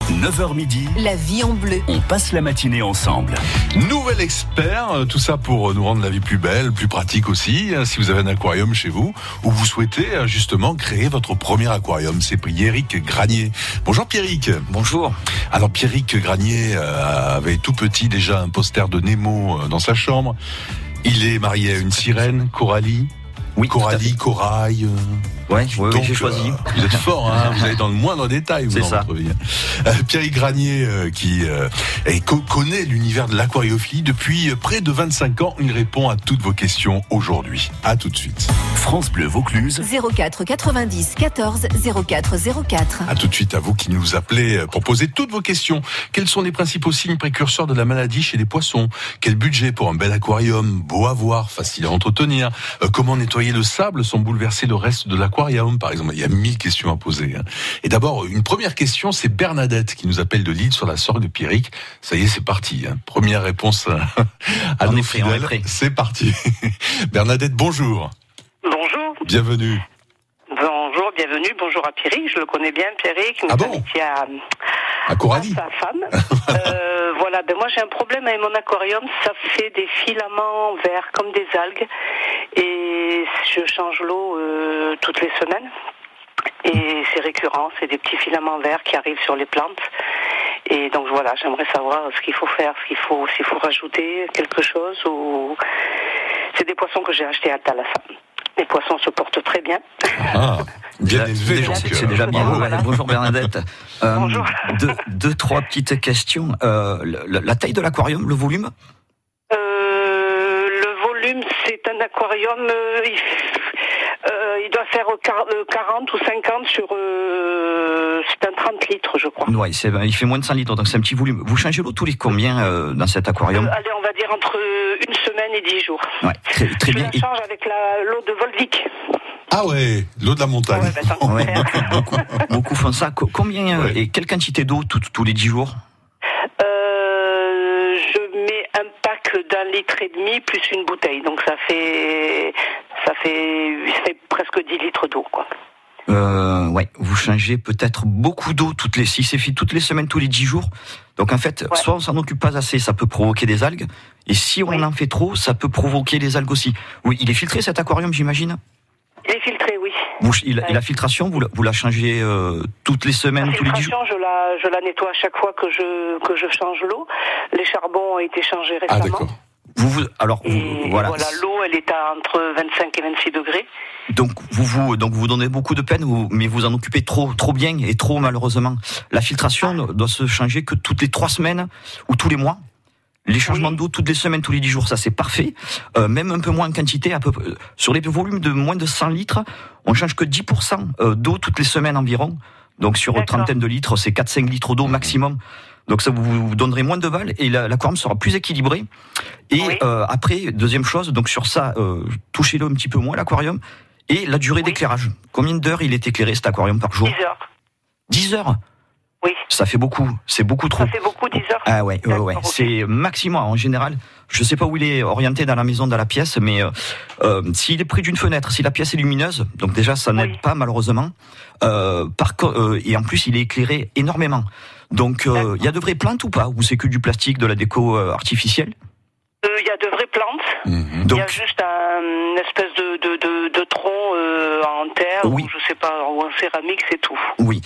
9h midi, La vie en bleu. on passe la matinée ensemble. Nouvel expert, tout ça pour nous rendre la vie plus belle, plus pratique aussi. Si vous avez un aquarium chez vous, ou vous souhaitez justement créer votre premier aquarium, c'est Pierrick Granier. Bonjour Pierrick. Bonjour. Alors Pierrick Granier avait tout petit déjà un poster de Nemo dans sa chambre. Il est marié à une sirène, Coralie. Oui, Coralie, Corail. Ouais, Donc, j'ai choisi. Vous êtes fort, hein, vous allez dans le moindre détail. Vous C'est dans ça. votre vie. Pierrick Granier, qui connaît l'univers de l'aquariophilie depuis près de 25 ans. Il répond à toutes vos questions aujourd'hui. À tout de suite. France Bleu Vaucluse. 04 90 14 04 04. À tout de suite à vous qui nous appelez pour poser toutes vos questions. Quels sont les principaux signes précurseurs de la maladie chez les poissons? Quel budget pour un bel aquarium? Beau à voir, facile à entretenir. Comment nettoyer le sable sans bouleverser le reste de l'aquarium, par exemple? Il y a 1000 questions à poser. Et d'abord, une première question, c'est Bernadette qui nous appelle de Lille sur la Sorgue de Pierrick. Ça y est, c'est parti. Première réponse à On nos est prêt, on est fidèles. prêt. C'est parti. Bernadette, bonjour. Bonjour. Bienvenue. Bonjour, bienvenue. Bonjour à Pierrick. Je le connais bien, Pierrick. Nous Ah bon sommes ici À Coralie. sa femme. Voilà. Ben moi, j'ai un problème avec mon aquarium. Ça fait des filaments verts comme des algues. Et je change l'eau toutes les semaines. Et c'est récurrent. C'est des petits filaments verts qui arrivent sur les plantes. Et donc voilà, j'aimerais savoir ce qu'il faut faire, s'il faut rajouter quelque chose ou... C'est des poissons que j'ai achetés à Thalassa. Les poissons se portent très bien. Ah, bien élevé. Déjà, donc, c'est déjà bien. bravo. Ouais, bonjour Bernadette. Bonjour. Deux, trois petites questions. La taille de l'aquarium, le volume? Le volume, c'est un aquarium, il doit faire 40 ou 50 sur... c'est un 30 litres, je crois. Ouais, il fait moins de 100 litres, donc c'est un petit volume. Vous changez l'eau tous les combien dans cet aquarium? Allez, on va dire entre une semaine et 10 jours. Ouais, très Je bien. la change avec l'eau de Volvic. Ah ouais, l'eau de la montagne. Ouais, ben, tant Ouais, qu'à faire. beaucoup font ça. Combien Ouais. et quelle quantité d'eau tous les 10 jours? Je mets un pack d'1,5 litre plus une bouteille, donc ça fait presque 10 litres d'eau, quoi. Ouais, vous changez peut-être beaucoup d'eau si c'est fait toutes les semaines, tous les 10 jours. Donc en fait, Ouais. soit on s'en occupe pas assez, ça peut provoquer des algues. Et si on Oui. en fait trop, ça peut provoquer des algues aussi. Oui, il est filtré cet aquarium, j'imagine? Il est filtré, oui. Et la filtration, vous la changez toutes les semaines, La tous les 10 jours? filtration, je la nettoie à chaque fois que je change l'eau. Les charbons ont été changés Ah récemment. d'accord. Et voilà. voilà, l'eau, elle est entre 25 et 26 degrés. Donc vous donnez beaucoup de peine, mais vous en occupez trop bien et trop malheureusement. La filtration doit se changer que toutes les 3 semaines ou tous les mois. Les changements Oui. d'eau toutes les semaines, tous les 10 jours, ça c'est parfait. Même un peu moins en quantité, sur les volumes de moins de 100 litres, on change que 10% d'eau toutes les semaines environ. Donc sur une D'accord. trentaine de litres, c'est 4-5 litres d'eau maximum. Donc ça vous donnerez moins de balles et l'aquarium sera plus équilibré. Et Oui. après, deuxième chose, donc sur ça, touchez-le un petit peu moins l'aquarium. Et la durée Oui. d'éclairage. Combien d'heures il est éclairé cet aquarium par jour? 10 heures. 10 heures. Oui. Ça fait beaucoup. C'est beaucoup trop. Ça fait beaucoup, 10 heures. Ah ouais. D'accord, ok. C'est maximum en général. Je sais pas où il est orienté dans la maison, dans la pièce, mais s'il est près d'une fenêtre, si la pièce est lumineuse, donc déjà ça n'aide Oui. pas malheureusement. Et en plus il est éclairé énormément. Donc il y a de vraies plantes ou pas? Ou c'est que du plastique, de la déco artificielle? Il y a de vraies plantes. Mhm. Donc Il y a juste une espèce de tronc en terre, Oui. ou je sais pas, ou en céramique, c'est tout. oui.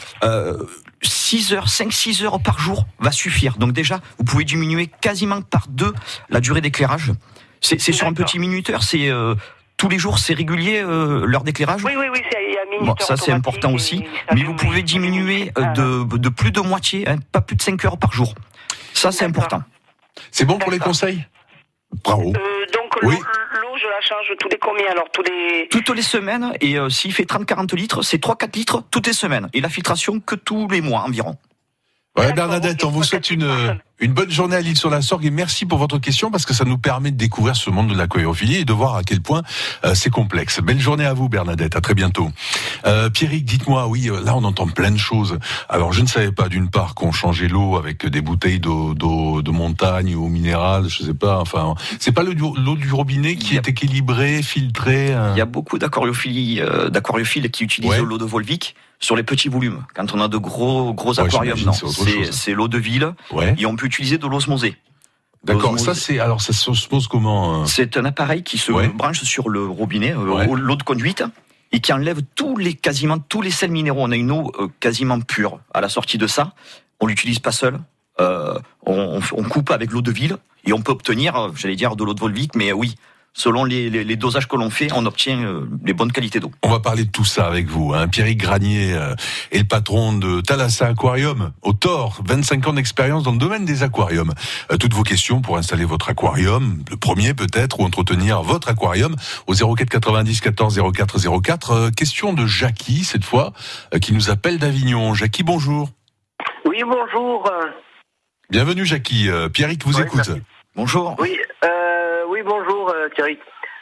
5-6 heures par jour va suffire. Donc déjà, vous pouvez diminuer quasiment par 2 la durée d'éclairage. C'est sur un D'accord. petit minuteur, c'est tous les jours, c'est régulier l'heure d'éclairage. Oui, il y a un minuteur Bon, ça c'est automatique important et aussi, ça mais fait vous pouvez une diminuer minute. de plus de moitié, pas plus de 5 heures par jour. Ça c'est D'accord. important. C'est bon pour les D'accord. conseils? Bravo. Donc Oui. l'eau, je la change tous les combien alors? Tous les... Toutes les semaines, et s'il fait 30-40 litres, c'est 3-4 litres toutes les semaines. Et la filtration que tous les mois environ. Ouais, D'accord, Bernadette, ok, on vous souhaite une bonne journée à l'île sur la Sorgue et merci pour votre question parce que ça nous permet de découvrir ce monde de l'aquariophilie et de voir à quel point c'est complexe. Belle journée à vous, Bernadette. À très bientôt. Pierrick, dites-moi, oui, là on entend plein de choses. Alors je ne savais pas d'une part qu'on changeait l'eau avec des bouteilles d'eau de montagne ou minérale, je sais pas. Enfin, c'est pas l'eau du robinet qui est équilibrée, filtrée. Il y a beaucoup d'aquariophiles qui utilisent Ouais. l'eau de Volvic. sur les petits volumes. Quand on a de gros aquariums, non. C'est l'eau de ville. Ouais. Et on peut utiliser de l'osmosée. D'accord. Ça s'osmose comment C'est un appareil qui se branche sur le robinet, l'eau de conduite, et qui enlève quasiment tous les sels minéraux. On a une eau quasiment pure. À la sortie de ça, on l'utilise pas seul. On coupe avec l'eau de ville et on peut obtenir, de l'eau de Volvic, mais oui, selon les dosages que l'on fait, on obtient les bonnes qualités d'eau. On va parler de tout ça avec vous. Pierrick Granier est le patron de Thalassa Aquarium au Thor. 25 ans d'expérience dans le domaine des aquariums. Toutes vos questions pour installer votre aquarium, le premier peut-être, ou entretenir votre aquarium au 04 90 14 04 04. Question de Jackie, cette fois, qui nous appelle d'Avignon. Jackie, bonjour. Oui, bonjour. Bienvenue Jackie. Pierrick vous écoute. Merci. Bonjour. Oui, bonjour Thierry.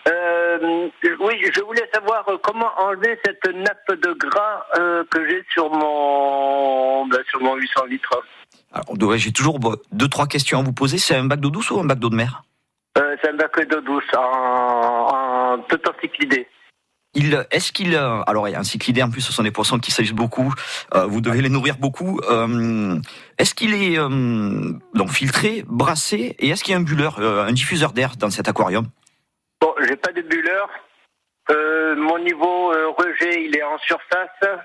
Je voulais savoir comment enlever cette nappe de gras que j'ai sur mon 800 litres. Alors, j'ai toujours 2-3 questions à vous poser. C'est un bac d'eau douce ou un bac d'eau de mer ? C'est un bac d'eau douce en tout en cyclidé. Alors, un cyclidé, en plus, ce sont des poissons qui s'agissent beaucoup. Vous devez les nourrir beaucoup. Est-ce qu'il est donc filtré, brassé, et est-ce qu'il y a un bulleur, un diffuseur d'air dans cet aquarium ? Bon, j'ai pas de bulleur. Mon niveau rejet, il est en surface.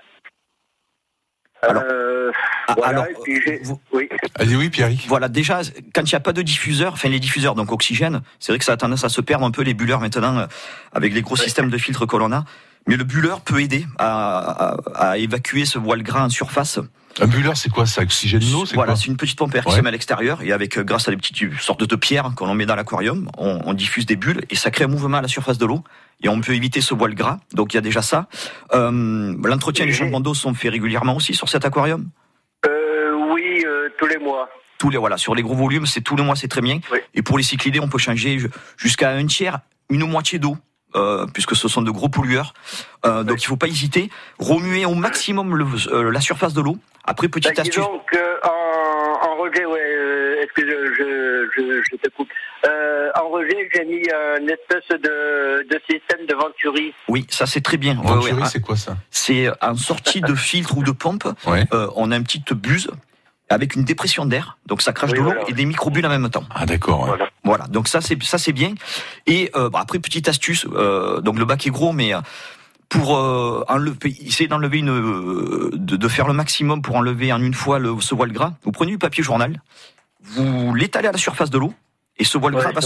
Oui. Allez, oui, Pierrick. Voilà, déjà, quand il n'y a pas de diffuseur, les diffuseurs, donc oxygène, c'est vrai que ça a tendance à se perdre un peu, les bulleurs maintenant, avec les gros systèmes de filtres que l'on a. Mais le bulleur peut aider à évacuer ce voile gras en surface. Un bulleur, c'est quoi ça? Oxygène l'eau, c'est quoi? C'est une petite pompe qui se met à l'extérieur et grâce à des petites sortes de pierres qu'on met dans l'aquarium, on diffuse des bulles et ça crée un mouvement à la surface de l'eau et on peut éviter ce voile gras. Donc il y a déjà ça. L'entretien des changements d'eau sont faits régulièrement aussi sur cet aquarium? Oui, tous les mois. Sur les gros volumes, c'est tous les mois, c'est très bien. Oui. Et pour les cyclidés, on peut changer jusqu'à un tiers, une moitié d'eau. Puisque ce sont de gros pollueurs. Donc il ne faut pas hésiter. Remuer au maximum la surface de l'eau. Après, petite astuce. Donc, en rejet, est-ce que je te coupe? En rejet, j'ai mis une espèce de système de Venturi. Oui, ça c'est très bien. Venturi, c'est quoi ça? C'est en sortie de filtre ou de pompe. On a une petite buse avec une dépression d'air, donc ça crache de l'eau et des microbules en même temps. Ah d'accord. Ouais. Voilà, donc ça c'est bien. Et après petite astuce, donc le bac est gros, mais pour essayer d'enlever de faire le maximum pour enlever en une fois ce voile gras, vous prenez du papier journal, vous l'étalez à la surface de l'eau. Et ce voile gras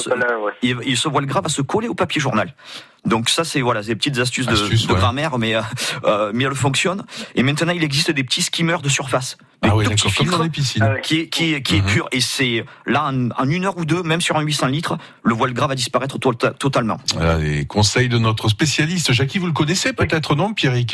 va se coller au papier journal. Donc ça c'est des petites astuces de grammaire, mais elles fonctionnent. Et maintenant il existe des petits skimmers de surface, des tout petits filtres comme dans les piscines, qui est pur. Et c'est là en 1 heure ou 2, même sur un 800 litres, le voile gras va disparaître totalement. Voilà les conseils de notre spécialiste. Jackie, vous le connaissez peut-être, non, Pierrick?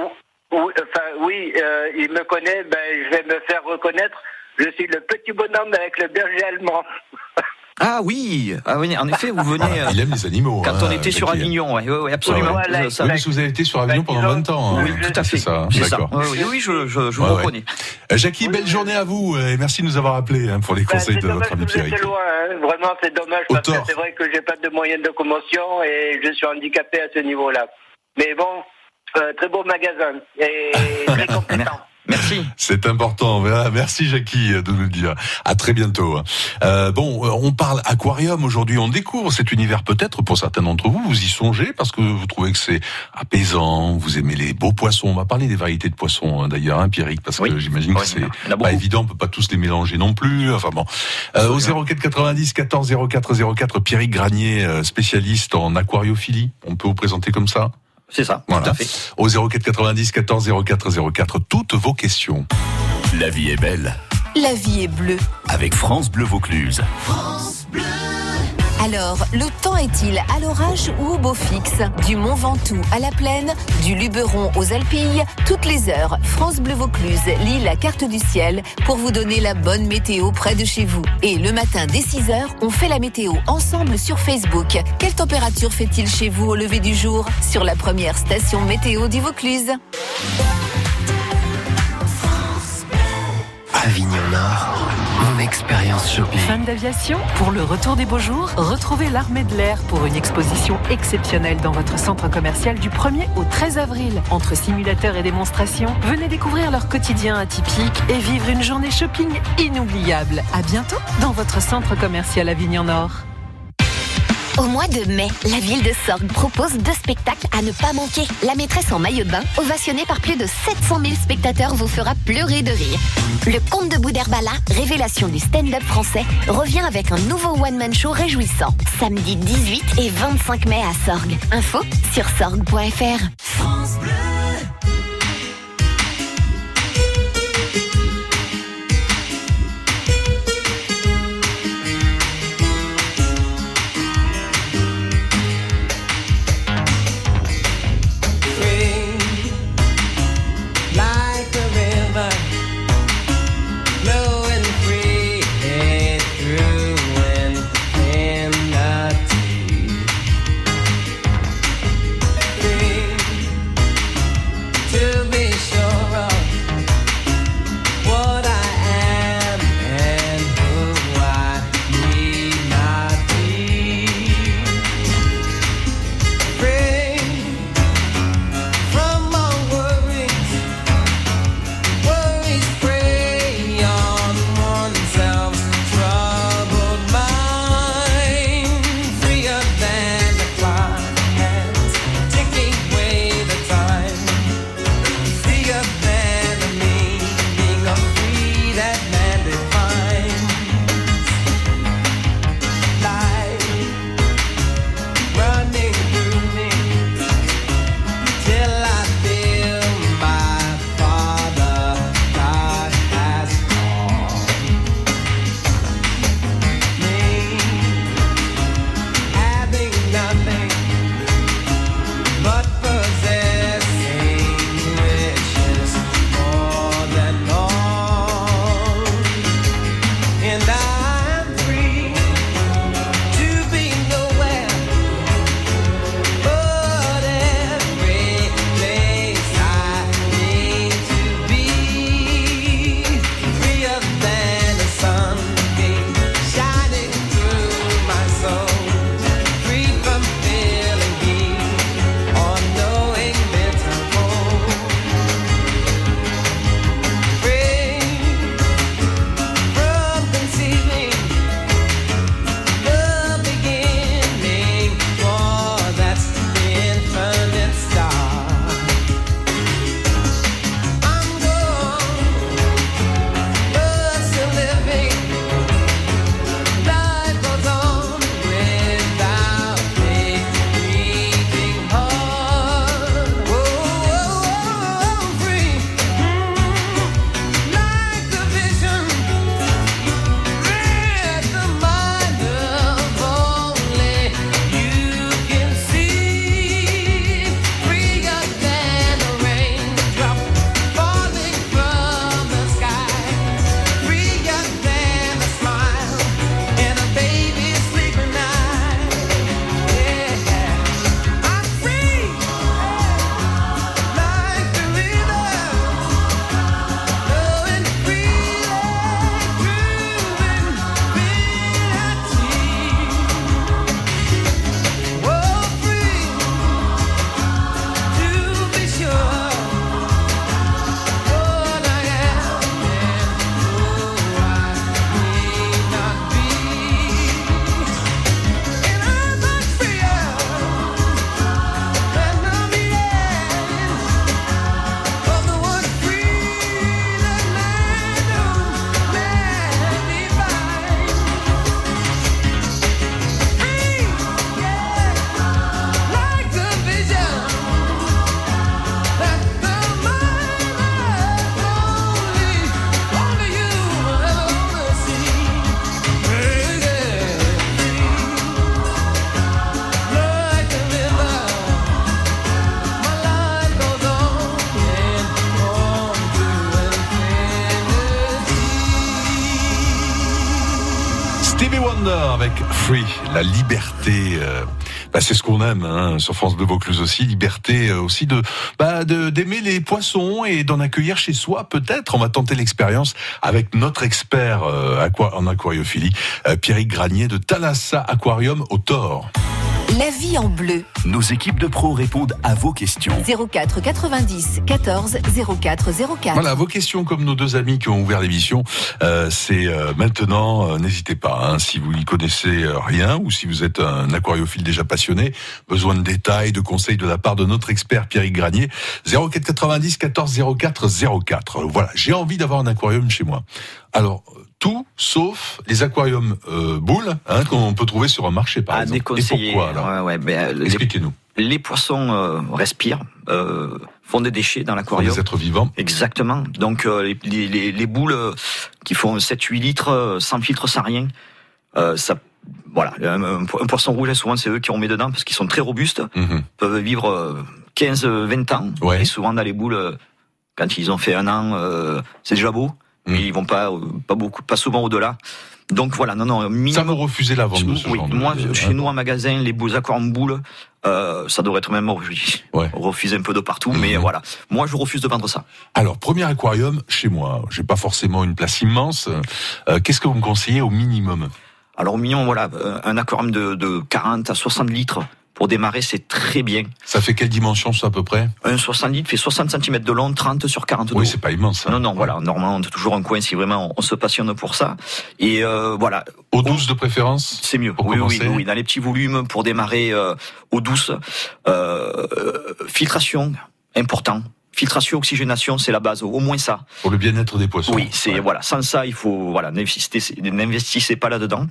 Oui, il me connaît. Je vais me faire reconnaître. Je suis le petit bonhomme avec le berger allemand. Ah oui, en effet, vous venez. Il aime les animaux. Quand on était sur Avignon, oui, absolument. Voilà, oui, parce que vous avez été sur Avignon pendant 20 ans. Oui, tout à fait. C'est ça. D'accord. Oui, je vous reconnais. Jackie, belle journée à vous et merci de nous avoir appelés pour les conseils de votre ami Pierrick. C'est loin, vraiment, c'est dommage parce que c'est vrai que j'ai pas de moyens de locomotion et je suis handicapé à ce niveau-là. Mais bon, très beau magasin et très compétent. Merci. C'est important. Merci Jackie de nous le dire. À très bientôt. On parle aquarium aujourd'hui. On découvre cet univers peut-être pour certains d'entre vous. Vous y songez parce que vous trouvez que c'est apaisant. Vous aimez les beaux poissons. On va parler des variétés de poissons d'ailleurs, Pierrick, parce que j'imagine que c'est pas évident. On peut pas tous les mélanger non plus. Au 04 90 14 04 04, Pierrick Granier, spécialiste en aquariophilie. On peut vous présenter comme ça? C'est ça, tout à fait. Au 04 90 14 04 04, toutes vos questions. La vie est belle. La vie est bleue. Avec France Bleu Vaucluse. France Bleu. Alors, le temps est-il à l'orage ou au beau fixe? Du Mont Ventoux à la Plaine, du Luberon aux Alpilles, toutes les heures, France Bleu Vaucluse lit la carte du ciel pour vous donner la bonne météo près de chez vous. Et le matin dès 6h, on fait la météo ensemble sur Facebook. Quelle température fait-il chez vous au lever du jour? Sur la première station météo du Vaucluse. Avignon Nord, mon expérience shopping. Fan d'aviation? Pour le retour des beaux jours, retrouvez l'Armée de l'air pour une exposition exceptionnelle dans votre centre commercial du 1er au 13 avril. Entre simulateurs et démonstrations, venez découvrir leur quotidien atypique et vivre une journée shopping inoubliable. À bientôt dans votre centre commercial Avignon Nord. Au mois de mai, la ville de Sorgues propose 2 spectacles à ne pas manquer. La maîtresse en maillot de bain, ovationnée par plus de 700 000 spectateurs, vous fera pleurer de rire. Le Comte de Boudherbala, révélation du stand-up français, revient avec un nouveau one-man show réjouissant. Samedi 18 et 25 mai à Sorgues. Info sur sorgues.fr. France Bleu. Avec Free, la liberté. C'est ce qu'on aime sur France Bleu Vaucluse aussi, liberté aussi d'aimer les poissons et d'en accueillir chez soi peut-être. On va tenter l'expérience avec notre expert en aquariophilie, Pierrick Granier de Thalassa Aquarium au Thor. La vie en bleu. Nos équipes de pros répondent à vos questions. 04 90 14 04 04. Voilà, vos questions comme nos deux amis qui ont ouvert l'émission, c'est maintenant, n'hésitez pas, si vous n'y connaissez rien ou si vous êtes un aquariophile déjà passionné, besoin de détails, de conseils de la part de notre expert Pierrick Granier, 04 90 14 04 04. Voilà, j'ai envie d'avoir un aquarium chez moi. Alors, tout sauf les aquariums boules qu'on peut trouver sur un marché par exemple. Déconseillé. Et pourquoi expliquez-nous. Les poissons respirent, font des déchets dans l'aquarium. Des êtres vivants. Exactement. Donc les boules qui font 7-8 litres sans filtre, sans rien, un poisson rouge, souvent c'est eux qui on met dedans parce qu'ils sont très robustes, peuvent vivre 15-20 ans. Ouais. Et souvent dans les boules, quand ils ont fait 1 an, c'est déjà beau. Mais ils vont pas souvent au-delà. Donc voilà, minimum. Ça vous refusez la vente de ce genre? Moi, chez nous en magasin, les aquariums boules, ça devrait être même refusé un peu de partout, mais voilà. Moi, je refuse de vendre ça. Alors, premier aquarium chez moi. J'ai pas forcément une place immense. Qu'est-ce que vous me conseillez au minimum? Alors au minimum, un aquarium de 40 à 60 litres. Pour démarrer, c'est très bien. Ça fait quelle dimension, ça, à peu près? Un 60 litres fait 60 cm de long, 30 sur 40 de haut. Oui, c'est pas immense. Non, voilà. Normalement, on a toujours un coin si vraiment on se passionne pour ça. Et voilà. Eau douce de préférence? C'est mieux. Oui. Dans les petits volumes, pour démarrer, eau douce. Filtration, important. Filtration, oxygénation, c'est la base, au moins ça. Pour le bien-être des poissons. Oui, sans ça, il faut, n'investissez pas là-dedans.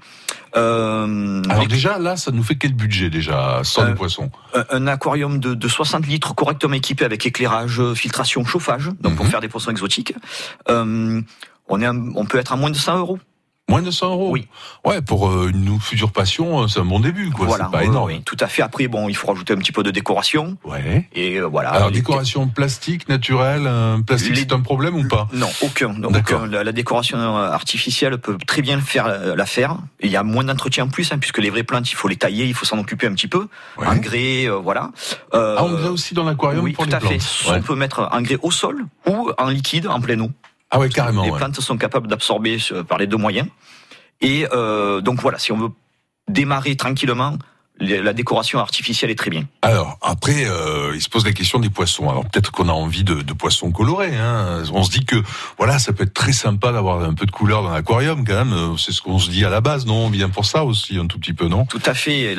Alors déjà, là, ça nous fait quel budget, déjà, sans les poissons? Un aquarium de 60 litres, correctement équipé avec éclairage, filtration, chauffage, donc pour faire des poissons exotiques. On peut être à moins de 100 €. Moins de 100 €? Oui. Ouais, pour une future passion, c'est un bon début, quoi. Voilà, c'est pas énorme. Oui, tout à fait. Après, il faut rajouter un petit peu de décoration. Ouais. Et voilà. Alors, décoration plastique, naturelle, plastique, c'est un problème ou pas? Non, aucun. D'accord. La décoration artificielle peut très bien la faire. Il y a moins d'entretien en plus, puisque les vraies plantes, il faut les tailler, il faut s'en occuper un petit peu. Ouais. Engrais, voilà. Engrais aussi dans l'aquarium pour les plantes? Oui, tout à fait. On peut mettre engrais au sol ou en liquide, en pleine eau. Ah ouais, carrément. Les plantes sont capables d'absorber par les deux moyens. Et donc voilà, si on veut démarrer tranquillement, la décoration artificielle est très bien. Alors après, il se pose la question des poissons. Alors peut-être qu'on a envie de poissons colorés. On se dit que voilà, ça peut être très sympa d'avoir un peu de couleur dans l'aquarium quand même. C'est ce qu'on se dit à la base, non? On vient pour ça aussi un tout petit peu, non? Tout à fait.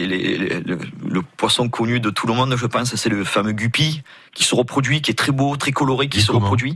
Le poisson connu de tout le monde, je pense, c'est le fameux guppy qui se reproduit, qui est très beau, très coloré, qui se reproduit.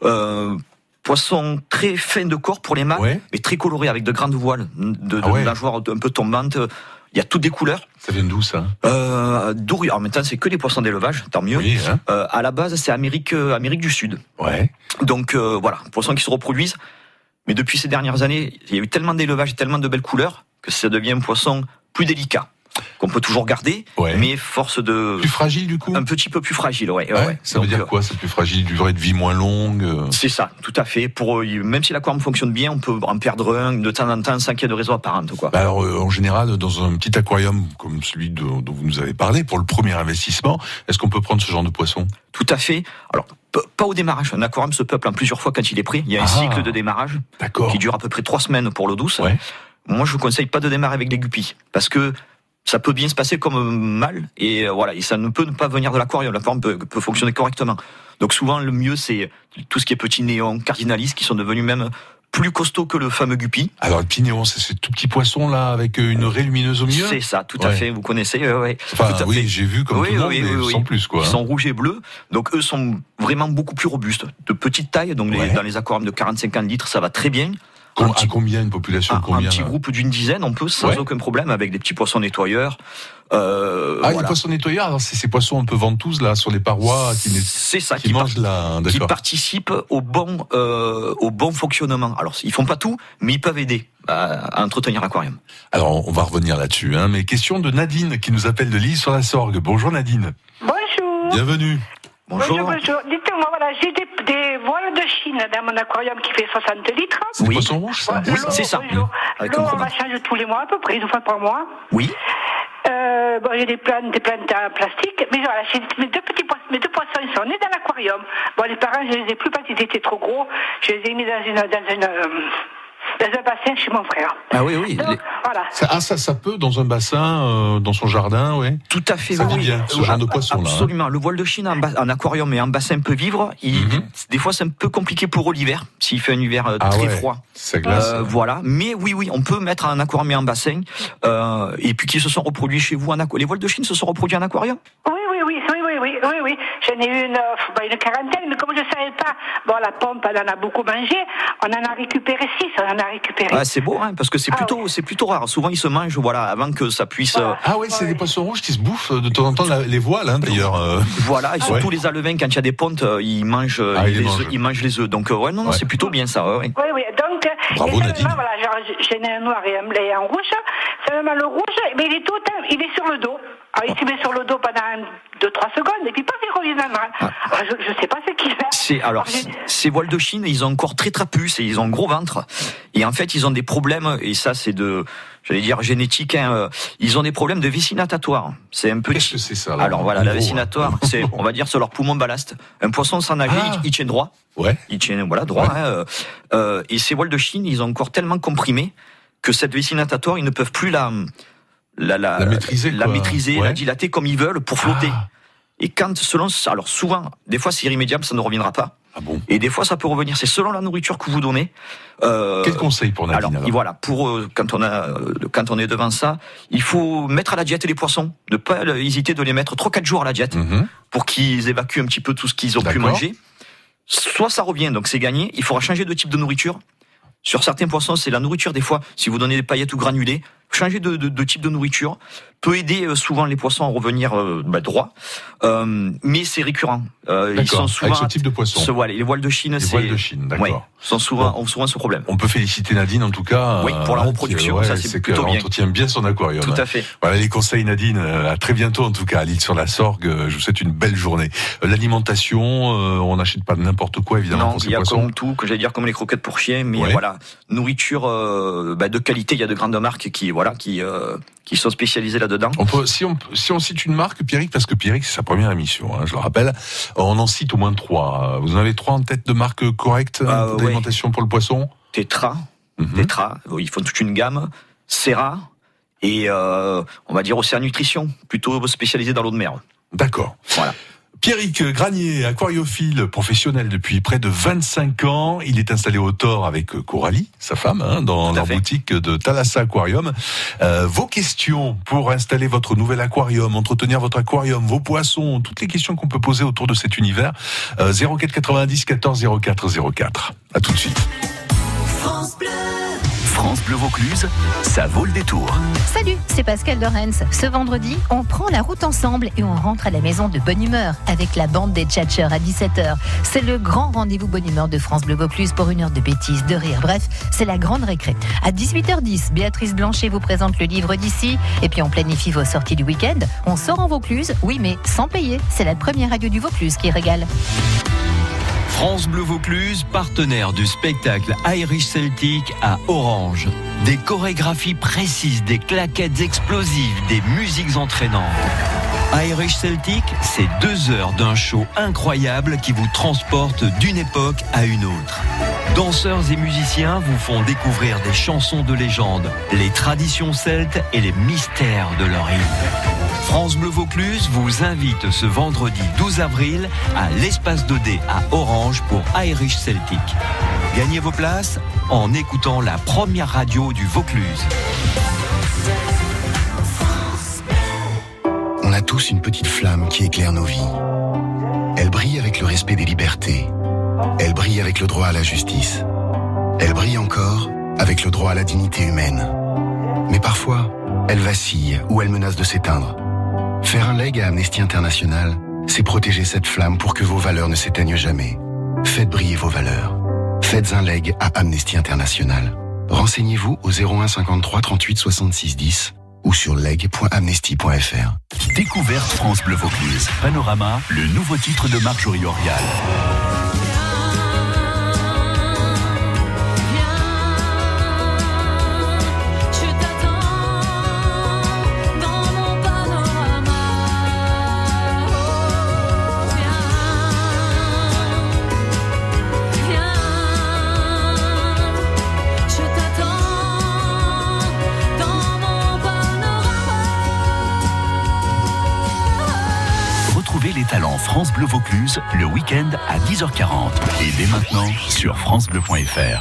Poisson très fin de corps pour les mâles, mais très coloré avec de grandes voiles, de nageoires un peu tombantes. Il y a toutes des couleurs. Ça vient d'où ça? D'Orient. En même temps, c'est que des poissons d'élevage, tant mieux. Oui, à la base, c'est Amérique du Sud. Ouais. Donc voilà, poissons qui se reproduisent. Mais depuis ces dernières années, il y a eu tellement d'élevage et tellement de belles couleurs que ça devient un poisson plus délicat, qu'on peut toujours garder, mais force de... Plus fragile du coup? Un petit peu plus fragile, ouais. Ça veut dire quoi, c'est plus fragile? Durée de vie moins longue? C'est ça, tout à fait. Même si l'aquarium fonctionne bien, on peut en perdre un de temps en temps sans qu'il y ait de raison apparente, quoi. Alors, en général, dans un petit aquarium comme celui dont vous nous avez parlé, pour le premier investissement, est-ce qu'on peut prendre ce genre de poisson? Tout à fait. Alors, pas au démarrage. Un aquarium se peuple en plusieurs fois quand il est prêt. Il y a un cycle de démarrage qui dure à peu près 3 semaines pour l'eau douce. Ouais. Moi, je vous conseille pas de démarrer avec des guppies, parce que ça peut bien se passer comme mal, et ça ne peut pas venir de l'aquarium. L'aquarium peut fonctionner correctement. Donc souvent, le mieux, c'est tout ce qui est petit néon, cardinalis, qui sont devenus même plus costauds que le fameux guppy. Alors le petit néon, c'est ce tout petit poisson là avec une raie lumineuse au milieu? C'est ça, tout à fait. Vous connaissez? Enfin, oui, j'ai vu comme tout le monde, mais sans plus, quoi. Ils sont rouges et bleus, donc eux sont vraiment beaucoup plus robustes, de petite taille. Donc dans les aquariums de 40-50 litres, ça va très bien. À combien une population? Un petit groupe d'une dizaine, on peut sans aucun problème, avec des petits poissons nettoyeurs. Les poissons nettoyeurs, alors c'est ces poissons un peu ventouses là sur les parois qui mangent qui participent au bon fonctionnement. Alors ils font pas tout, mais ils peuvent aider à entretenir l'aquarium. Alors on va revenir là-dessus, mais question de Nadine qui nous appelle de l'île sur la Sorgue. Bonjour Nadine. Bonjour. Bienvenue. Bonjour. Dites-moi, j'ai des voiles de Chine dans mon aquarium qui fait 60 litres. C'est des poissons rouges, ça? Oui, c'est ça. L'eau, on la change tous les mois, à peu près, 1 fois par mois. Oui. J'ai des plantes en plastique, mais voilà, mes deux poissons, ils sont nés dans l'aquarium. Bon, les parents, je les ai plus parce qu'ils étaient trop gros. Je les ai mis dans un bassin chez mon frère. Ah oui. Donc, voilà. Ça peut dans un bassin, dans son jardin, oui. Tout à fait. Ça vit bien, ce genre de poisson là. Absolument. Le voile de Chine en aquarium et en bassin peut vivre. Des fois, c'est un peu compliqué pour eux l'hiver, s'il fait un hiver très froid. Ça glace. Voilà. Mais oui, on peut mettre en aquarium et en bassin. Et puis qui se sont reproduits chez vous en aquarium. Les voiles de Chine se sont reproduits en aquarium? Oui. J'en ai eu une quarantaine, mais comme je ne savais pas, la pompe, elle en a beaucoup mangé, on en a récupéré 6, Ah, c'est beau, hein, parce que c'est plutôt rare. Souvent, ils se mangent, avant que ça puisse... c'est des poissons rouges qui se bouffent de temps en temps les voiles, hein, d'ailleurs. Voilà, et surtout les alevins, quand il y a des pontes, ils mangent les œufs. Donc, c'est plutôt bien ça. Oui. Donc, bravo, Nadine. J'en ai un noir et un rouge. Seulement le rouge, mais il est sur le dos. Alors, il se met sur le dos pendant 2-3 secondes, et puis pas il revient dans le bras. Je sais pas ce qu'il fait. Ces voiles de Chine, ils ont un corps très trapus et ils ont un gros ventre. Et en fait, ils ont des problèmes, et ça, c'est génétique, hein, ils ont des problèmes de vessie natatoire. C'est un peu... Qu'est-ce que c'est ça, là? Alors voilà, la vessie natatoire, c'est, on va dire, sur leur poumon ballast. Un poisson sans nager, il tient droit. Ouais. Il tient, droit, hein, et ces voiles de Chine, ils ont un corps tellement comprimé que cette vessie natatoire, ils ne peuvent plus la maîtriser, la dilater comme ils veulent pour flotter. Et alors souvent, des fois c'est irrémédiable, ça ne reviendra pas. Ah bon? Et des fois ça peut revenir, c'est selon la nourriture que vous donnez. Quel conseil pour Nadine alors? Et voilà, quand on est devant ça, il faut mettre à la diète les poissons, ne pas hésiter de les mettre 3-4 jours à la diète, pour qu'ils évacuent un petit peu tout ce qu'ils ont pu manger. Soit ça revient, donc c'est gagné, il faudra changer de type de nourriture. Sur certains poissons, c'est la nourriture des fois, si vous donnez des paillettes ou granulés, changer de type de nourriture peut aider souvent les poissons à revenir droit, mais c'est récurrent. Ils sont souvent avec ce type de poisson. Les voiles de Chine, sont souvent ce problème. On peut féliciter Nadine en tout cas. Oui, pour la reproduction, ça c'est plutôt bien. Elle entretient bien son aquarium. Tout à fait. Voilà les conseils, Nadine. À très bientôt en tout cas à l'Île-sur-la-Sorgue. Je vous souhaite une belle journée. L'alimentation, on n'achète pas n'importe quoi évidemment pour ces poissons. Il y a comme tout, que j'allais dire comme les croquettes pour chiens, mais nourriture de qualité. Il y a de grandes marques qui sont spécialisées là-dedans. Si on cite une marque, Pierrick, parce que Pierrick c'est sa première émission, je le rappelle, on en cite au moins 3. Vous en avez 3 en tête de marques correctes d'alimentation pour le poisson? Tetra, ils font toute une gamme. Serra et on va dire Océan Nutrition, plutôt spécialisé dans l'eau de mer. D'accord. Voilà. Pierrick Granier, aquariophile professionnel depuis près de 25 ans. Il est installé au Thor avec Coralie, sa femme, dans leur boutique de Thalassa Aquarium. Vos questions pour installer votre nouvel aquarium, entretenir votre aquarium, vos poissons, toutes les questions qu'on peut poser autour de cet univers. 04 90 14 04 04. À tout de suite. France Bleu Vaucluse, ça vaut le détour. Salut, c'est Pascal Dorens. Ce vendredi, on prend la route ensemble et on rentre à la maison de bonne humeur avec la bande des tchatcheurs à 17h. C'est le grand rendez-vous bonne humeur de France Bleu Vaucluse pour 1 heure de bêtises, de rire. Bref, c'est la grande récré. À 18h10, Béatrice Blanchet vous présente le livre d'ici et puis on planifie vos sorties du week-end. On sort en Vaucluse, oui mais sans payer. C'est la première radio du Vaucluse qui régale. France Bleu Vaucluse, partenaire du spectacle Irish Celtic à Orange. Des chorégraphies précises, des claquettes explosives, des musiques entraînantes. Irish Celtic, c'est 2 heures d'un show incroyable qui vous transporte d'une époque à une autre. Danseurs et musiciens vous font découvrir des chansons de légende, les traditions celtes et les mystères de leur île. France Bleu Vaucluse vous invite ce vendredi 12 avril à l'Espace 2D à Orange pour Irish Celtic. Gagnez vos places en écoutant la première radio du Vaucluse. On a tous une petite flamme qui éclaire nos vies. Elle brille avec le respect des libertés. Elle brille avec le droit à la justice. Elle brille encore avec le droit à la dignité humaine. Mais parfois, elle vacille ou elle menace de s'éteindre. Faire un leg à Amnesty International, c'est protéger cette flamme pour que vos valeurs ne s'éteignent jamais. Faites briller vos valeurs. Faites un leg à Amnesty International. Renseignez-vous au 01 53 38 66 10 ou sur leg.amnesty.fr. Découverte France Bleu Vaucluse. Panorama, le nouveau titre de Marjorie Orial. Je t'attends dans mon pas. Bleu Vaucluse, le week-end à 10h40. Et dès maintenant, sur francebleu.fr.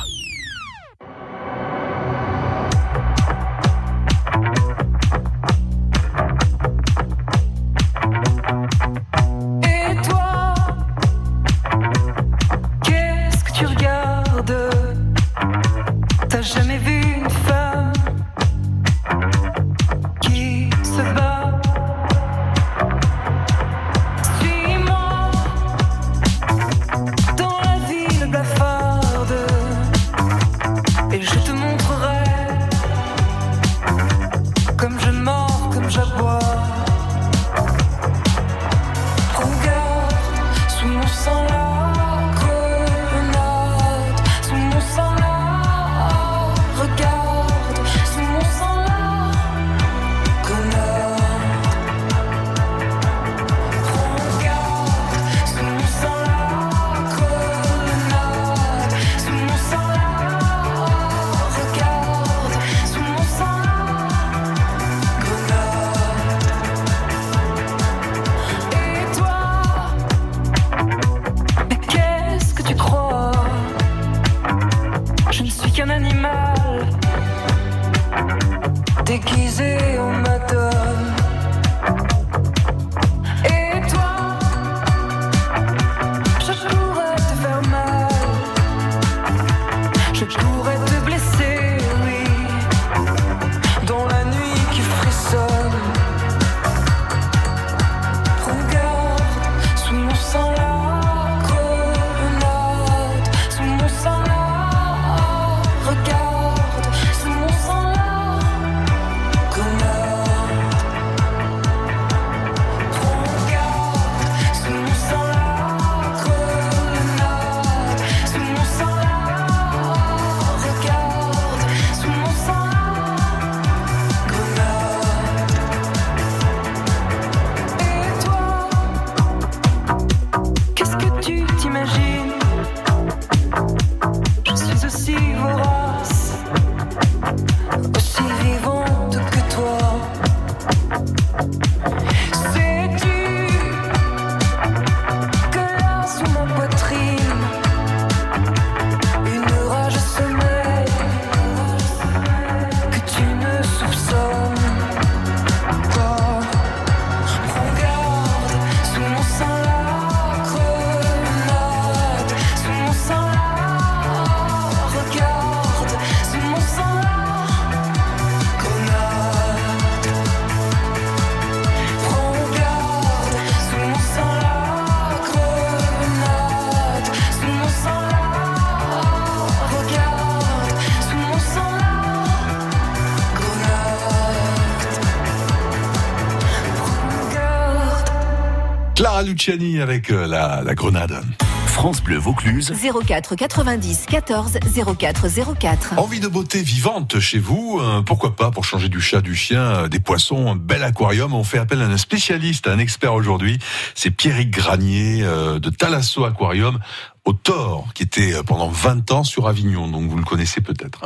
Clara Luciani avec la grenade. France Bleu Vaucluse. 04 90 14 04 04. Envie de beauté vivante chez vous, pourquoi pas pour changer du chat, du chien, des poissons, un bel aquarium. On fait appel à un spécialiste, à un expert aujourd'hui. C'est Pierrick Granier de Thalasso Aquarium au Thor, qui était pendant 20 ans sur Avignon, donc vous le connaissez peut-être.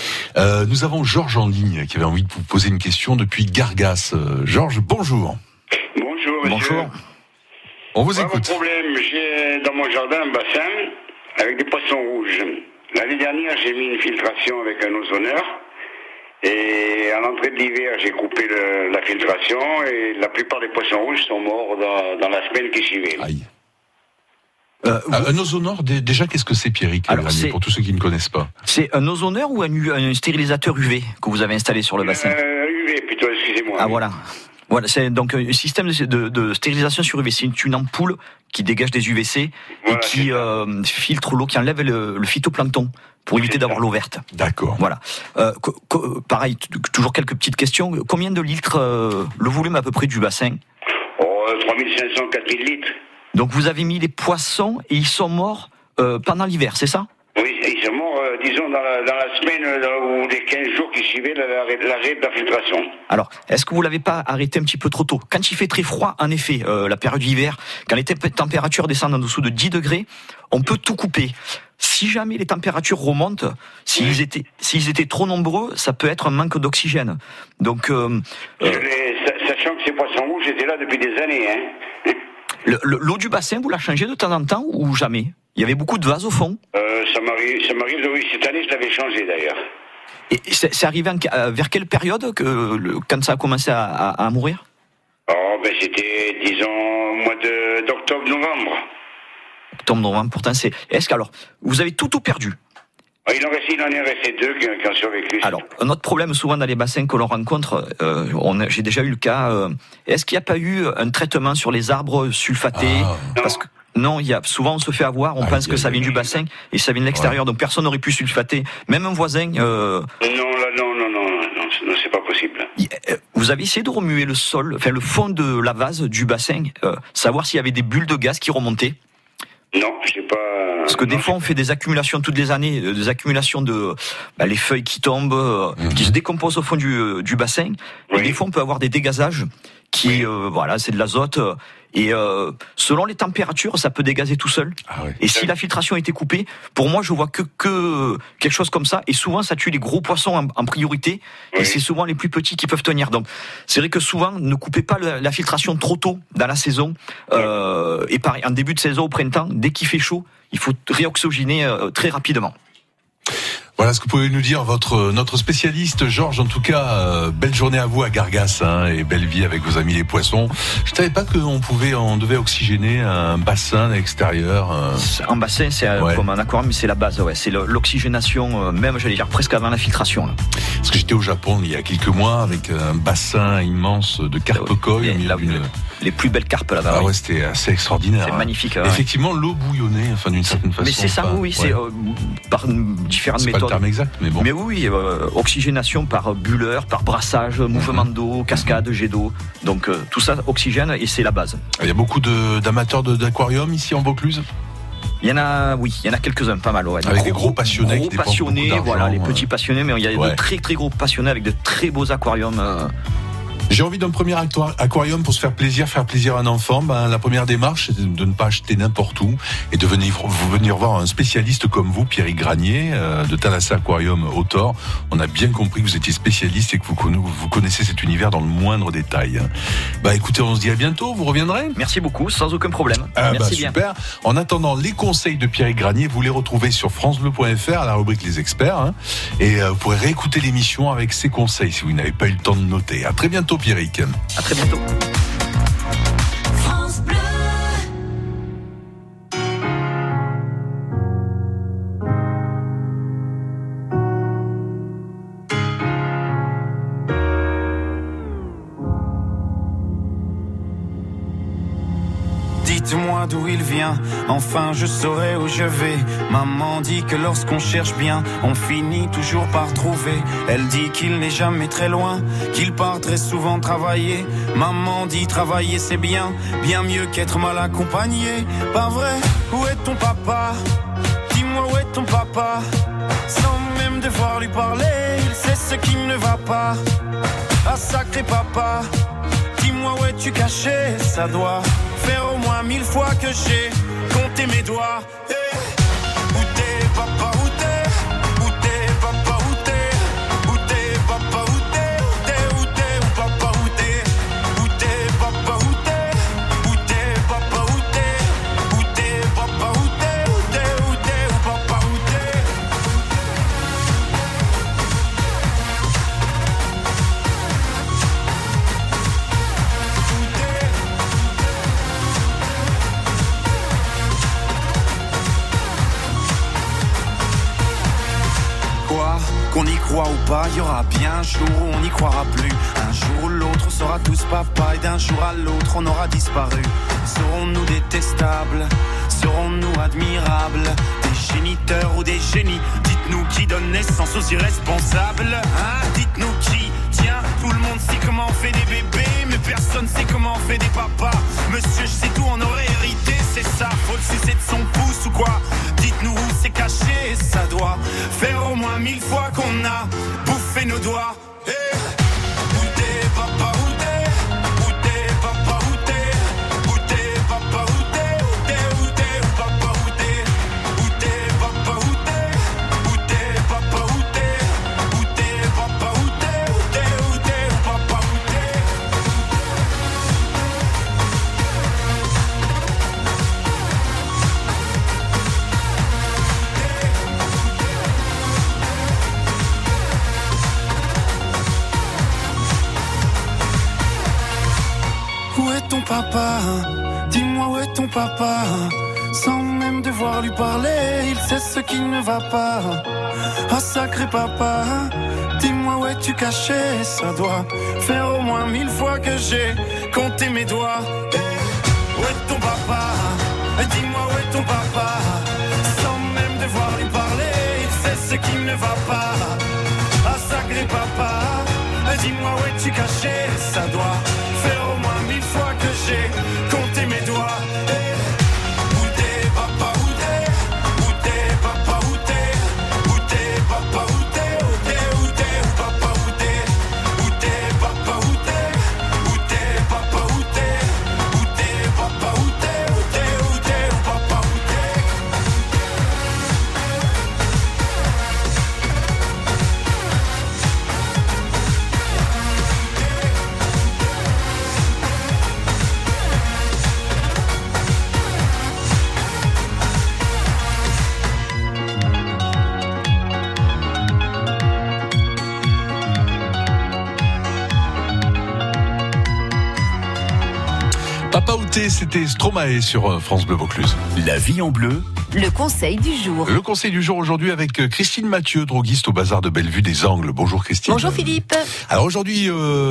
Nous avons Georges en ligne qui avait envie de vous poser une question depuis Gargas. Georges, bonjour. Bonjour, monsieur. Bonjour. On vous écoute. Pas de problème, j'ai dans mon jardin un bassin avec des poissons rouges. L'année dernière, j'ai mis une filtration avec un ozoneur. Et à l'entrée de l'hiver, j'ai coupé la filtration et la plupart des poissons rouges sont morts dans la semaine qui suivait. Aïe. Un ozoneur, déjà, qu'est-ce que c'est, Pierrick, pour tous ceux qui ne connaissent pas? C'est un ozoneur ou un stérilisateur UV que vous avez installé sur le bassin? UV plutôt, excusez-moi. Ah, voilà. Voilà, c'est donc un système de stérilisation sur UV. C'est une ampoule qui dégage des UVC et qui filtre l'eau, qui enlève le phytoplancton pour éviter d'avoir l'eau verte. D'accord. Voilà. Pareil, toujours quelques petites questions. Combien de litres le volume à peu près du bassin? 3500, 4000 litres. Donc vous avez mis les poissons et ils sont morts pendant l'hiver, c'est ça? Oui, ils sont morts, disons, dans la semaine ou les 15 jours qui suivaient l'arrêt de la filtration. Alors, est-ce que vous l'avez pas arrêté un petit peu trop tôt? Quand il fait très froid, en effet, la période d'hiver, quand les températures descendent en dessous de 10 degrés, on peut tout couper. Si jamais les températures remontent, s'ils étaient trop nombreux, ça peut être un manque d'oxygène. Donc, sachant que ces poissons rouges étaient là depuis des années, hein. L'eau du bassin, vous la changez de temps en temps ou jamais? Il y avait beaucoup de vases au fond. Ça m'arrive, oui, cette année je l'avais changé d'ailleurs. Et c'est arrivé vers quelle période quand ça a commencé à mourir? C'était, disons, au mois d'octobre-novembre. Octobre-novembre, pourtant c'est... Est-ce que, alors, vous avez tout perdu? Il en est resté 2 qui ont survécu. Alors, un autre problème souvent dans les bassins que l'on rencontre, j'ai déjà eu le cas, est-ce qu'il n'y a pas eu un traitement sur les arbres sulfatés? Parce que non, souvent on se fait avoir, on pense que ça vient du bassin et ça vient de l'extérieur, donc personne n'aurait pu sulfater. Même un voisin... Non, c'est pas possible. Vous avez essayé de remuer le sol, le fond de la vase du bassin, savoir s'il y avait des bulles de gaz qui remontaient? Non, je sais pas. Parce que des fois on fait des accumulations toutes les années, des accumulations de les feuilles qui tombent, qui se décomposent au fond du bassin. Oui. Et des fois on peut avoir des dégazages qui, c'est de l'azote. Et selon les températures, ça peut dégazer tout seul. Et si la filtration était coupée, pour moi, je vois que quelque chose comme ça. Et souvent, ça tue les gros poissons en priorité. Et c'est souvent les plus petits qui peuvent tenir. Donc, c'est vrai que souvent, ne coupez pas la filtration trop tôt dans la saison. Et pareil, en début de saison, au printemps, dès qu'il fait chaud, il faut réoxygéner très rapidement. Voilà ce que pouvez nous dire notre spécialiste Georges. En tout cas, belle journée à vous à Gargas et belle vie avec vos amis les poissons. Je savais pas qu'on devait oxygéner un bassin à l'extérieur. Un bassin, c'est comme un aquarium, mais c'est la base. C'est l'oxygénation, même j'allais dire presque avant la filtration. Là. Parce que j'étais au Japon il y a quelques mois avec un bassin immense de carpe koi. Les plus belles carpes là-bas. C'était assez extraordinaire. C'est magnifique. Effectivement, l'eau bouillonnait, d'une certaine façon. Mais c'est ça, c'est par différentes méthodes. C'est pas le terme exact, mais bon. Mais oui, oxygénation par bulleur, par brassage, mouvement d'eau, cascade, jet d'eau. Donc tout ça oxygène et c'est la base. Il y a beaucoup d'amateurs d'aquarium ici en Vaucluse. Il y en a quelques-uns, pas mal. Avec des gros passionnés. Gros passionnés, les petits passionnés, mais il y a de très très gros passionnés avec de très beaux aquariums. J'ai envie d'un premier aquarium pour se faire plaisir à un enfant. La première démarche, c'est de ne pas acheter n'importe où et de venir voir un spécialiste comme vous, Pierrick Granier, de Thalassa Aquarium au Thor. On a bien compris que vous étiez spécialiste et que vous connaissez cet univers dans le moindre détail. Écoutez, on se dit à bientôt, vous reviendrez? Merci beaucoup, sans aucun problème. Merci bien. Super. En attendant, les conseils de Pierrick Granier, vous les retrouvez sur francebleu.fr à la rubrique Les Experts. Et vous pourrez réécouter l'émission avec ses conseils si vous n'avez pas eu le temps de noter. À très bientôt, Pierrick. À très bientôt. France Bleu. Dites-moi d'où il vient, enfin je saurai où je vais. Maman dit que lorsqu'on cherche bien, on finit toujours par trouver. Elle dit qu'il n'est jamais très loin, qu'il part très souvent travailler. Maman dit travailler c'est bien, bien mieux qu'être mal accompagné. Pas vrai, où est ton papa? Dis-moi où est ton papa? Sans même devoir lui parler, il sait ce qui ne va pas. Ah sacré papa, dis-moi où es-tu caché? Ça doit faire au moins 1000 fois que j'ai compté mes doigts. Hey. Où t'es papa, où t'es? Où t'es papa, où t'es? Où t'es papa, où t'es? Où t'es, où t'es, où papa, où t'es? Où t'es papa, où t'es? Où t'es papa, où t'es? Où t'es papa, où t'es? Où t'es, où t'es, où papa, où t'es? Qu'on y croit ou pas, il y aura bien un jour où on n'y croira plus. Un jour ou l'autre, on sera tous papa et d'un jour à l'autre, on aura disparu. Serons-nous détestables? Serons-nous admirables? Des géniteurs ou des génies? Dites-nous qui donne naissance aux irresponsables. Dites-nous qui? Tiens, tout le monde sait comment on fait des bébés, mais personne sait comment on fait des papas. Monsieur, je sais tout, on aurait hérité, c'est ça. Faut le sucer de son pouce ou quoi? Dites-nous où c'est caché, ça doit faire au moins 1000 fois qu'on a bouffé nos doigts. Hey. Où t'es papa, où t'es? Où t'es papa, où t'es? Où t'es papa, où t'es? Où t'es, où t'es, où papa, où t'es? Où t'es papa, où t'es? Où t'es papa, où t'es? Où t'es papa, où t'es? Où t'es, où t'es, où papa, où t'es? est ton papa? Dis-moi où est ton papa? Sans même devoir lui parler, il sait ce qui ne va pas. Oh sacré papa, dis-moi où es-tu caché? Ça doit faire au moins 1000 fois que j'ai compté mes doigts. Où est ton papa? Dis-moi où est ton papa? Sans même devoir lui parler, il sait ce qui ne va pas. Ah sacré papa, dis-moi où es-tu caché? Ça doit faire au moins 1000 fois que j'ai compté mes doigts. Papa Outé, c'était Stromae sur France Bleu Vaucluse. La vie en bleu. Le conseil du jour. Le conseil du jour aujourd'hui avec Christine Mathieu, droguiste au bazar de Bellevue des Angles. Bonjour Christine. Bonjour Philippe. Alors aujourd'hui,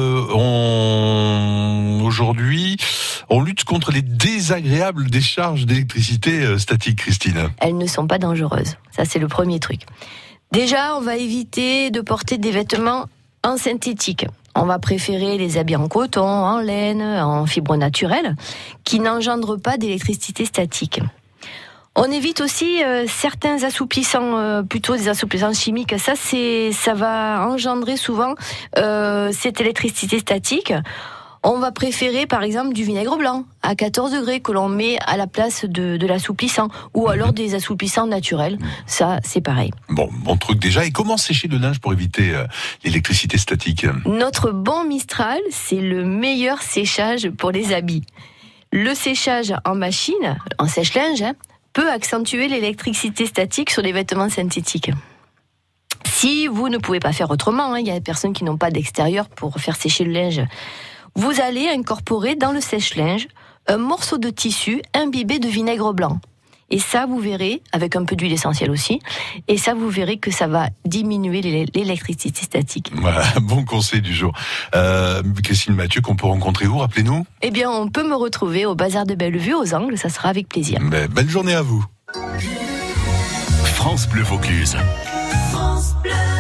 on lutte contre les désagréables décharges d'électricité statique, Christine. Elles ne sont pas dangereuses. Ça, c'est le premier truc. Déjà, on va éviter de porter des vêtements en synthétique. On va préférer les habits en coton, en laine, en fibre naturelle, qui n'engendrent pas d'électricité statique. On évite aussi certains assouplissants, plutôt des assouplissants chimiques. Ça va engendrer souvent cette électricité statique. On va préférer par exemple du vinaigre blanc à 14 degrés que l'on met à la place de l'assouplissant, ou alors des assouplissants naturels. Ça, c'est pareil. Bon truc déjà. Et comment sécher le linge pour éviter l'électricité statique? Notre bon Mistral, c'est le meilleur séchage pour les habits. Le séchage en machine, en sèche-linge, peut accentuer l'électricité statique sur les vêtements synthétiques. Si vous ne pouvez pas faire autrement, il y a des personnes qui n'ont pas d'extérieur pour faire sécher le linge, vous allez incorporer dans le sèche-linge un morceau de tissu imbibé de vinaigre blanc. Et ça, vous verrez, avec un peu d'huile essentielle aussi, et ça, vous verrez que ça va diminuer l'électricité statique. Voilà, bon conseil du jour. Christine Mathieu, qu'on peut rencontrer où, rappelez-nous? Eh bien, on peut me retrouver au bazar de Bellevue, aux Angles, ça sera avec plaisir. Belle journée à vous. France Bleu Vaucluse. France Bleu.